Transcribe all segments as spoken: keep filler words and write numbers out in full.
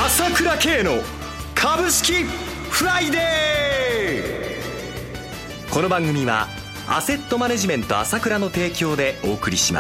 朝倉慶の株式フライデー。この番組はアセットマネジメント朝倉の提供でお送りします。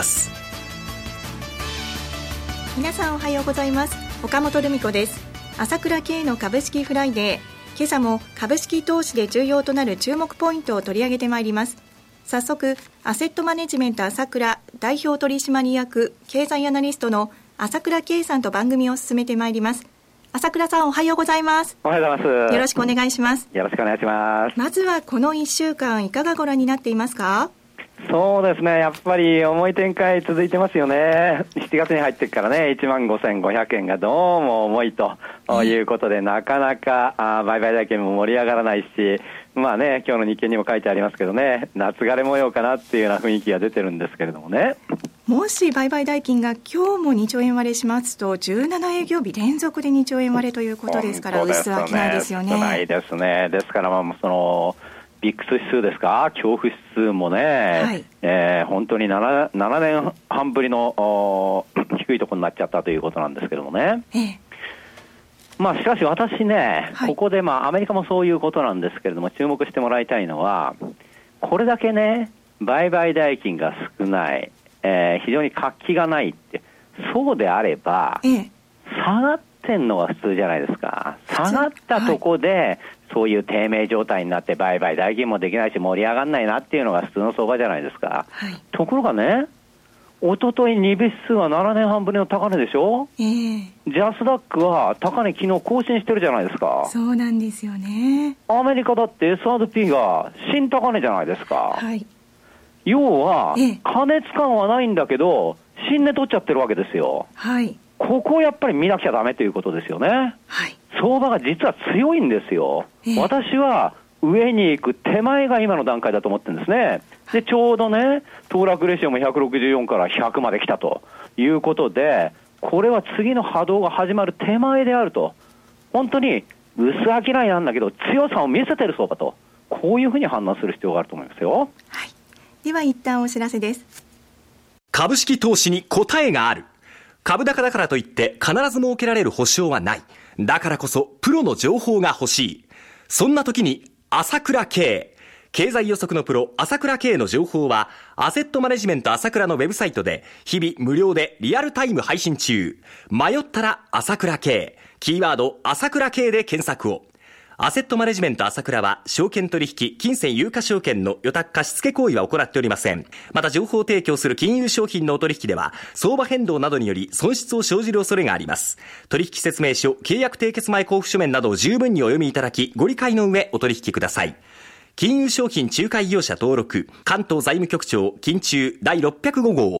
皆さんおはようございます。岡本留美子です。朝倉慶の株式フライデー、今朝も株式投資で重要となる注目ポイントを取り上げてまいります。早速、アセットマネジメント朝倉代表取締役経済アナリストの朝倉慶さんと番組を進めてまいります。朝倉さん、おはようございます。 おはようございます。 よろしくお願いします。 よろしくお願いします。 まずはこのいっしゅうかんいかがご覧になっていますか？ そうですね、やっぱり重い展開続いてますよね。しちがつに入ってからね、いちまんごせんごひゃくえんがどうも重いということで、なかなかあ売買代金も盛り上がらないし、まあね、今日の日経にも書いてありますけどね、夏枯れ模様かなっていうような雰囲気が出てるんですけれどもね。 もし売買代金が今日もにちょうえん割れしますと、じゅうななえいぎょうび連続でにちょうえん割れということですから、薄商いですよね。 少ないですね。ですから、まあ、そのビックス指数ですか、恐怖指数もね、はい、えー、本当に 7, ななねんはんぶりの低いところになっちゃったということなんですけどもね、ええ、まあ、しかし私ね、はい、ここで、まあ、アメリカもそういうことなんですけれども、注目してもらいたいのは、これだけね、売買代金が少ない、えー、非常に活気がないって、そうであれば、ええ、下がってんのが普通じゃないですか。下がったとこで、はい、そういう低迷状態になって売買代金もできないし盛り上がらないなっていうのが普通の相場じゃないですか、はい、ところがね、おとといにび指数はななねんはんぶりの高値でしょ、えー、ジャスダックは高値昨日更新してるじゃないですか。 そうなんですよね。 アメリカだって エスアンドピー が新高値じゃないですか、はい、要は、えー、過熱感はないんだけど新値取っちゃってるわけですよ、はい、ここをやっぱり見なきゃダメということですよね、はい、相場が実は強いんですよ、えー、私は上に行く手前が今の段階だと思ってるんですね。でちょうどね、騰落レシオもひゃくろくじゅうよんからひゃくまで来たということで、これは次の波動が始まる手前であると、本当に薄商いなんだけど強さを見せてる相場と、こういうふうに判断する必要があると思いますよ、 はい、では一旦お知らせです。 株式投資に答えがある。株高だからといって必ず設けられる保証はない。だからこそプロの情報が欲しい。そんな時に朝倉慶、経済予測のプロ朝倉慶の情報はアセットマネジメント朝倉のウェブサイトで日々無料でリアルタイム配信中。迷ったら朝倉慶、キーワード朝倉慶で検索を。アセットマネジメント朝倉は証券取引、金銭有価証券の予託貸付行為は行っておりません。また情報提供する金融商品のお取引では相場変動などにより損失を生じる恐れがあります。取引説明書、契約締結前交付書面などを十分にお読みいただき、ご理解の上お取引ください。金融商品仲介業者登録、関東財務局長金中第ろっぴゃくご号。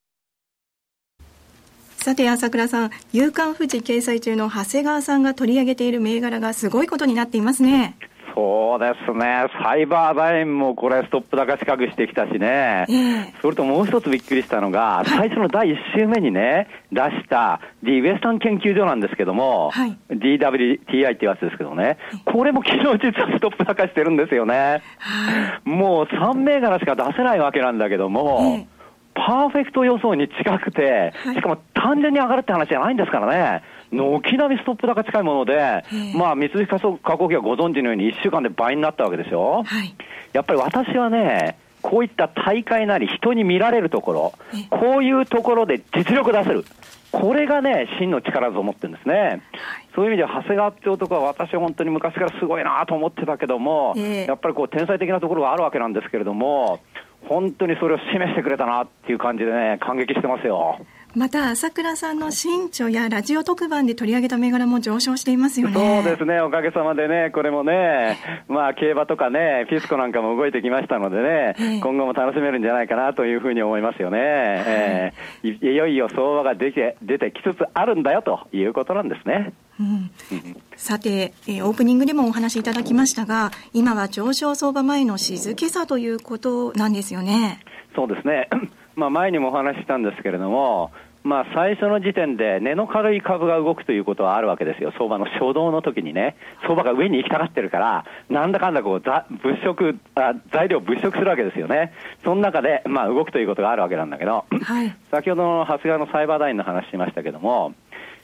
さて朝倉さん、夕刊フジ掲載中の長谷川さんが取り上げている銘柄がすごいことになっていますね。 そうですね、サイバーダインもこれストップ高近くしてきたしね、えー、それともう一つびっくりしたのが、はい、最初のだいいっ週目にね出した The ウエスタン研究所なんですけども、はい、ディーダブリューティーアイ ってやつですけどね、これも昨日実はストップ高してるんですよね、はい、もうさん銘柄しか出せないわけなんだけども、えーパーフェクト予想に近くて、しかも単純に上がるって話じゃないんですからね、軒並みストップ高近いもので、まあ、三菱化工機はご存知のようにいっしゅうかんで倍になったわけでしょ、はい、やっぱり私はね、こういった大会なり人に見られるところ、こういうところで実力出せる、これがね真の力だと思ってるんですね、はい、そういう意味では長谷川って男は私は本当に昔からすごいなと思ってたけども、えー、やっぱりこう天才的なところがあるわけなんですけれども、本当にそれを示してくれたなっていう感じでね、感激してますよ。 また朝倉さんの新著やラジオ特番で取り上げた銘柄も上昇していますよね。 そうですね、おかげさまでね、これもね、まあ競馬とかね、ピスコなんかも動いてきましたのでね、えー、今後も楽しめるんじゃないかなというふうに思いますよね、えー、い, いよいよ相場が出て出てきつつあるんだよということなんですね。 うん、さて、えー、オープニングでもお話しいただきましたが、今は上昇相場前の静けさということなんですよね。 そうですね、まあ、前にもお話ししたんですけれども、まあ、最初の時点で値の軽い株が動くということはあるわけですよ。相場の初動の時にね、相場が上に行きたがってるからなんだかんだこうざ物色あ材料を物色するわけですよね。その中で、まあ、動くということがあるわけなんだけど、はい、先ほどの長谷川のサイバーダインの話しましたけども、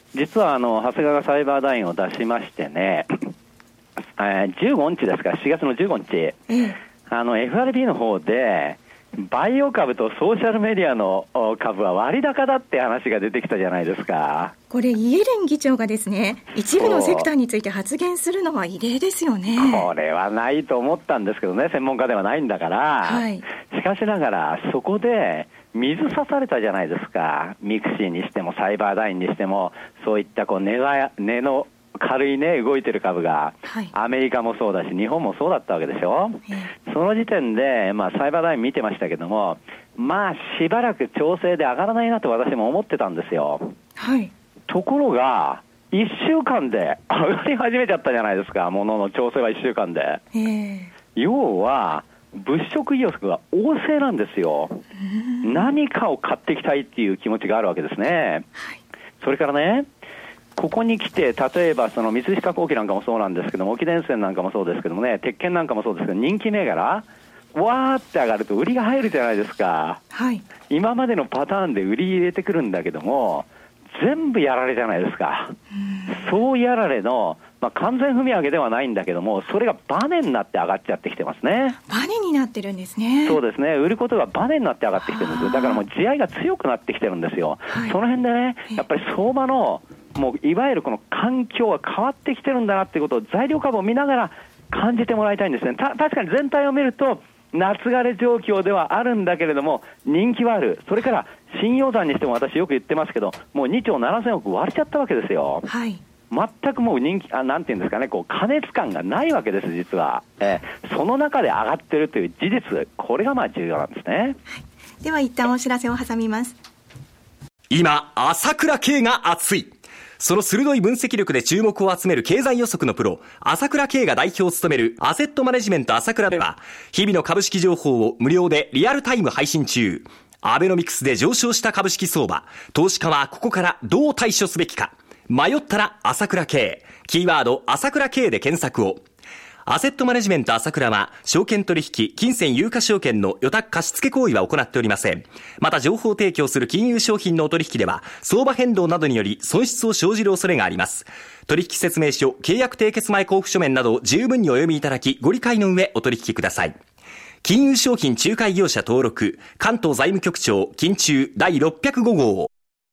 実はあの長谷川がサイバーダインを出しましてね、えー、じゅうごにちですか、しがつのじゅうごにち、あの エフアールビー の方でバイオ株とソーシャルメディアの株は割高だって話が出てきたじゃないですか。 これイエレン議長がですね、一部のセクターについて発言するのは異例ですよね。 これはないと思ったんですけどね、専門家ではないんだから、はい、しかしながらそこで水差されたじゃないですか。ミクシーにしてもサイバーダインにしても、そういったこう値が値の軽いね動いてる株が、はい、アメリカもそうだし日本もそうだったわけでしょ。その時点で、まあ、サイバーダイン見てましたけども、まあしばらく調整で上がらないなと私も思ってたんですよ。はい、ところがいっしゅうかんで上がり始めちゃったじゃないですか。ものの調整はいっしゅうかんで。要は物色意欲が旺盛なんですよ。何かを買っていきたいっていう気持ちがあるわけですね。はい、それからね、ここに来て例えばその三菱化工機なんかもそうなんですけども、沖電線なんかもそうですけどもね、鉄拳なんかもそうですけど、人気銘柄わーって上がると売りが入るじゃないですか。はい、今までのパターンで売り入れてくるんだけども全部やられじゃないですか。そうやられの、まあ、完全踏み上げではないんだけども、それがバネになって上がっちゃってきてますね。 バネになってるんですね。 そうですね、売ることがバネになって上がってきてるんですよ。だからもう地合いが強くなってきてるんですよ。はい、その辺でね、やっぱり相場のもういわゆるこの環境が変わってきてるんだなっていうことを材料株を見ながら感じてもらいたいんですね。た確かに全体を見ると夏枯れ状況ではあるんだけれども人気はある。それから信用山にしても私よく言ってますけど、もうにちょうななせんおく割れちゃったわけですよ。はい、全くもう人気あなんていうんですかね、こう過熱感がないわけです実は。えー、その中で上がってるという事実、これがまあ重要なんですね。はい、 では一旦お知らせを挟みます。 今朝倉慶が熱い。その鋭い分析力で注目を集める経済予測のプロ、朝倉慶が代表を務めるアセットマネジメント朝倉では、日々の株式情報を無料でリアルタイム配信中。アベノミクスで上昇した株式相場、投資家はここからどう対処すべきか。迷ったら朝倉慶、キーワード朝倉慶で検索を。アセットマネジメント朝倉は、証券取引、金銭有価証券の予託貸付行為は行っておりません。また情報提供する金融商品のお取引では、相場変動などにより損失を生じる恐れがあります。取引説明書、契約締結前交付書面などを十分にお読みいただき、ご理解の上お取引ください。金融商品仲介業者登録、関東財務局長、金中だいろっぴゃくご号。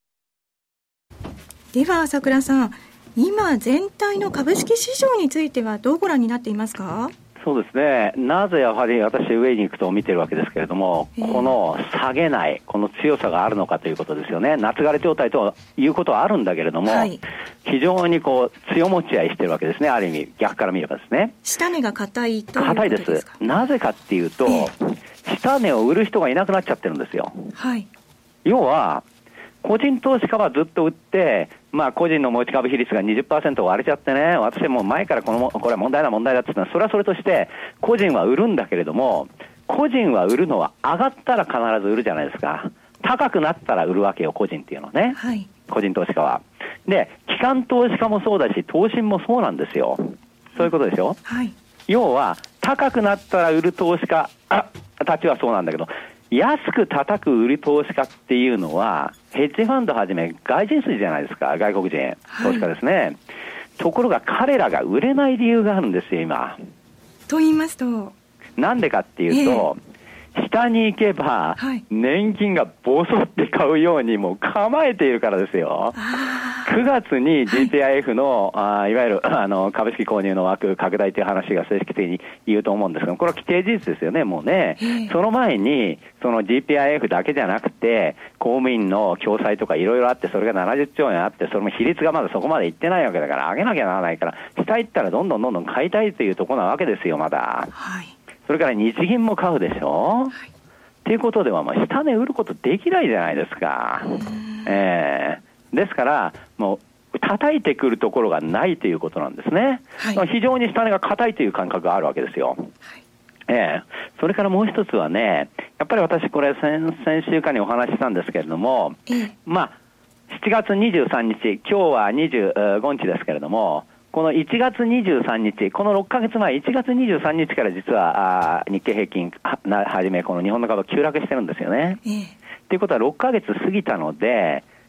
では朝倉さん、今全体の株式市場についてはどうご覧になっていますか？ そうですね、なぜやはり私上に行くと見てるわけですけれども、えー、この下げないこの強さがあるのかということですよね。夏枯れ状態ということはあるんだけれども、はい、非常にこう強持ち合いしてるわけですね。ある意味逆から見ればですね、 下値が硬いということですか？ 硬いです。なぜかっていうと、えー、下値を売る人がいなくなっちゃってるんですよ。はい、要は個人投資家はずっと売って、まあ、個人の持ち株比率が にじゅっパーセント 割れちゃってね、私も前からこのこれは問題だ問題だって言ったのは、それはそれとして個人は売るんだけれども、個人は売るのは上がったら必ず売るじゃないですか。高くなったら売るわけよ、個人っていうのはね、はい、個人投資家は。で、機関投資家もそうだし投信もそうなんですよ。そういうことでしょ、はい、要は高くなったら売る投資家あたちはそうなんだけど、安く叩く売り投資家っていうのはヘッジファンドはじめ外人筋じゃないですか。外国人投資家ですね、はい、ところが彼らが売れない理由があるんですよ今。 と言いますと、 なんでかっていうと、えー、下に行けば年金がボソって買うようにもう構えているからですよ。くがつに ジーピーアイエフ の、はい、あいわゆるあの株式購入の枠拡大という話が正式的に言うと思うんですが、これは規定事実ですよね。もうね、その前にその ジーピーアイエフ だけじゃなくて公務員の共済とかいろいろあって、それがななじゅっちょうえんあって、それも比率がまだそこまでいってないわけだから、上げなきゃならないから、下行ったらどんどんどんどん買いたいというところなわけですよまだ、はい、それから日銀も買うでしょ、はい、ということでは、まあ、下値売ることできないじゃないですか。えーですからもう叩いてくるところがないということなんですね、はい、非常に下値が硬いという感覚があるわけですよ、はい、えー、それからもう一つはね、やっぱり私これ 先, 先週かにお話ししたんですけれども、えー、まあしちがつにじゅうさんにち、今日はにじゅうごにちですけれども、このいちがつにじゅうさんにち、このろっかげつまえいちがつにじゅうさんにちから実はあ日経平均は, はじめこの日本の株急落してるんですよね、えー、ということはろっかげつ過ぎたので、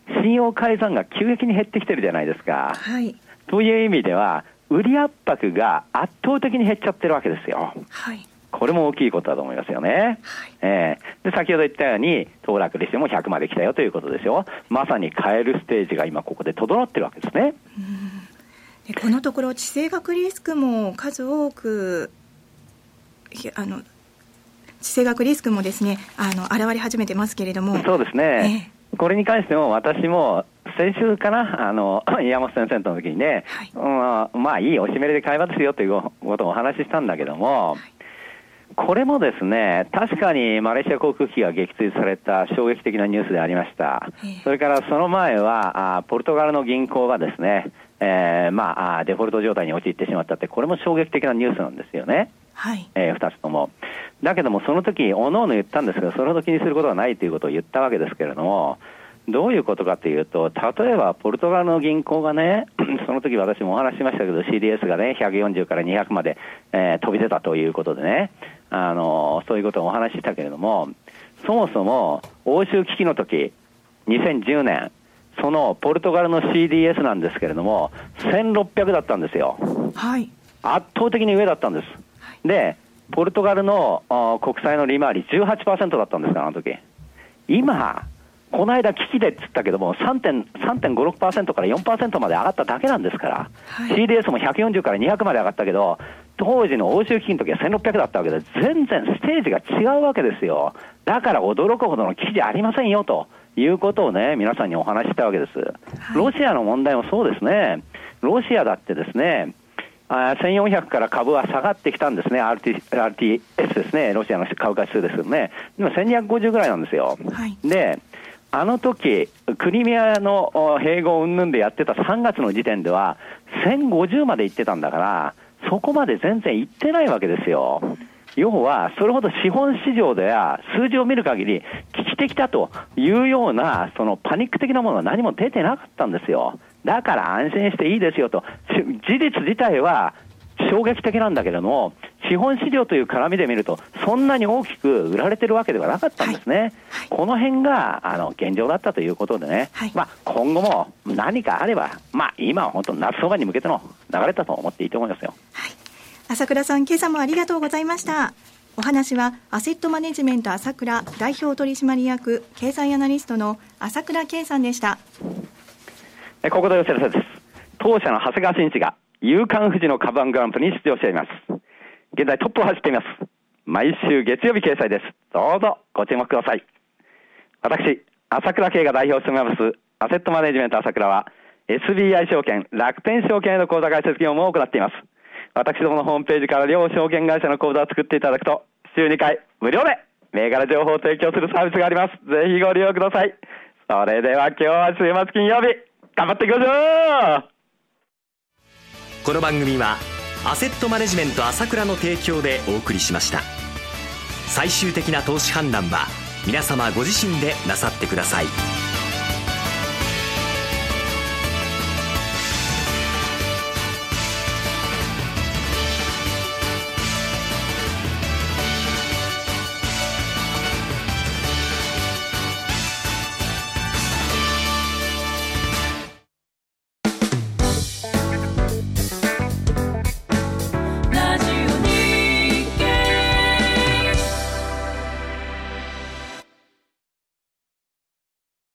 信用改ざんが急激に減ってきてるじゃないですか。 はい。 という意味では、売り圧迫が圧倒的に減っちゃってるわけですよ。 はい。 これも大きいことだと思いますよね。はい。えー、で、先ほど言ったように、騰落利子もひゃくまで来たよということですよ。まさに買えるステージが今ここで整ってるわけですね。 うん。でこのところ地政学リスクも数多く、あの、地政学リスクもですね、あの、現れ始めてますけれども。 そうですね。えー、これに関しても私も、先週かな、あの、岩本先生の時にね、はい、うん、まあいい、おしめりで買い場ですよということをお話ししたんだけども、はい、これもですね、確かにマレーシア航空機が撃墜された衝撃的なニュースでありました。それからその前は、あポルトガルの銀行がですね、えー、まあ、デフォルト状態に陥ってしまったって、これも衝撃的なニュースなんですよね。はい。えー、二つとも。だけども、その時、おのおの言ったんですけど、それほど気にすることはないということを言ったわけですけれども、どういうことかというと、例えばポルトガルの銀行がね、その時私もお話ししましたけど、シーディーエス がね、ひゃくよんじゅうからにひゃくまで、えー、飛び出たということでね、あのー、そういうことをお話ししたけれども、そもそも欧州危機の時、にせんじゅうねん、そのポルトガルの シーディーエス なんですけれども、せんろっぴゃくだったんですよ。はい。圧倒的に上だったんです。はい、で、ポルトガルの国債の利回り じゅうはちパーセント だったんですから、あの時。今、この間危機でって言ったけども さんてんごろくパーセント から よんパーセント まで上がっただけなんですから、はい、シーディーエス もひゃくよんじゅうからにひゃくまで上がったけど、当時の欧州危機の時はせんろっぴゃくだったわけで、全然ステージが違うわけですよ。だから驚くほどの危機じゃありませんよということをね、皆さんにお話ししたわけです。はい、ロシアの問題もそうですね。ロシアだってですね、あせんよんひゃくから株は下がってきたんですね。アールティー、アールティーエス ですね。ロシアの株価指数ですけどね。今せんにひゃくごじゅうぐらいなんですよ。はい、で、あの時、クリミアの併合云々でやってたさんがつの時点ではせんごじゅうまで行ってたんだから、そこまで全然行ってないわけですよ。要は、それほど資本市場では数字を見る限り危機的だというような、そのパニック的なものは何も出てなかったんですよ。だから安心していいですよと。事実自体は衝撃的なんだけれども、資本市場という絡みで見るとそんなに大きく売られてるわけではなかったんですね。はいはい、この辺があの現状だったということでね、はい、まあ、今後も何かあれば、まあ、今は本当夏相場に向けての流れだと思っていいと思いますよ。 はい、朝倉さん、今朝もありがとうございました。お話はアセットマネジメント朝倉代表取締役経済アナリストの朝倉圭さんでした。 ここでお知らせです。当社の長谷川慎一が夕刊富士の株ワングランプリに出場しています。現在トップを走っています。毎週月曜日掲載です。どうぞご注目ください。私、朝倉圭が代表を務めますアセットマネジメント朝倉は エスビーアイ 証券、楽天証券への口座開設業務を行っています。私どものホームページから両証券会社の口座を作っていただくと週にかい無料で銘柄情報を提供するサービスがあります。ぜひご利用ください。それでは今日は週末金曜日、頑張っていきましょう。 この番組はアセットマネジメント朝倉の提供でお送りしました。最終的な投資判断は皆様ご自身でなさってください。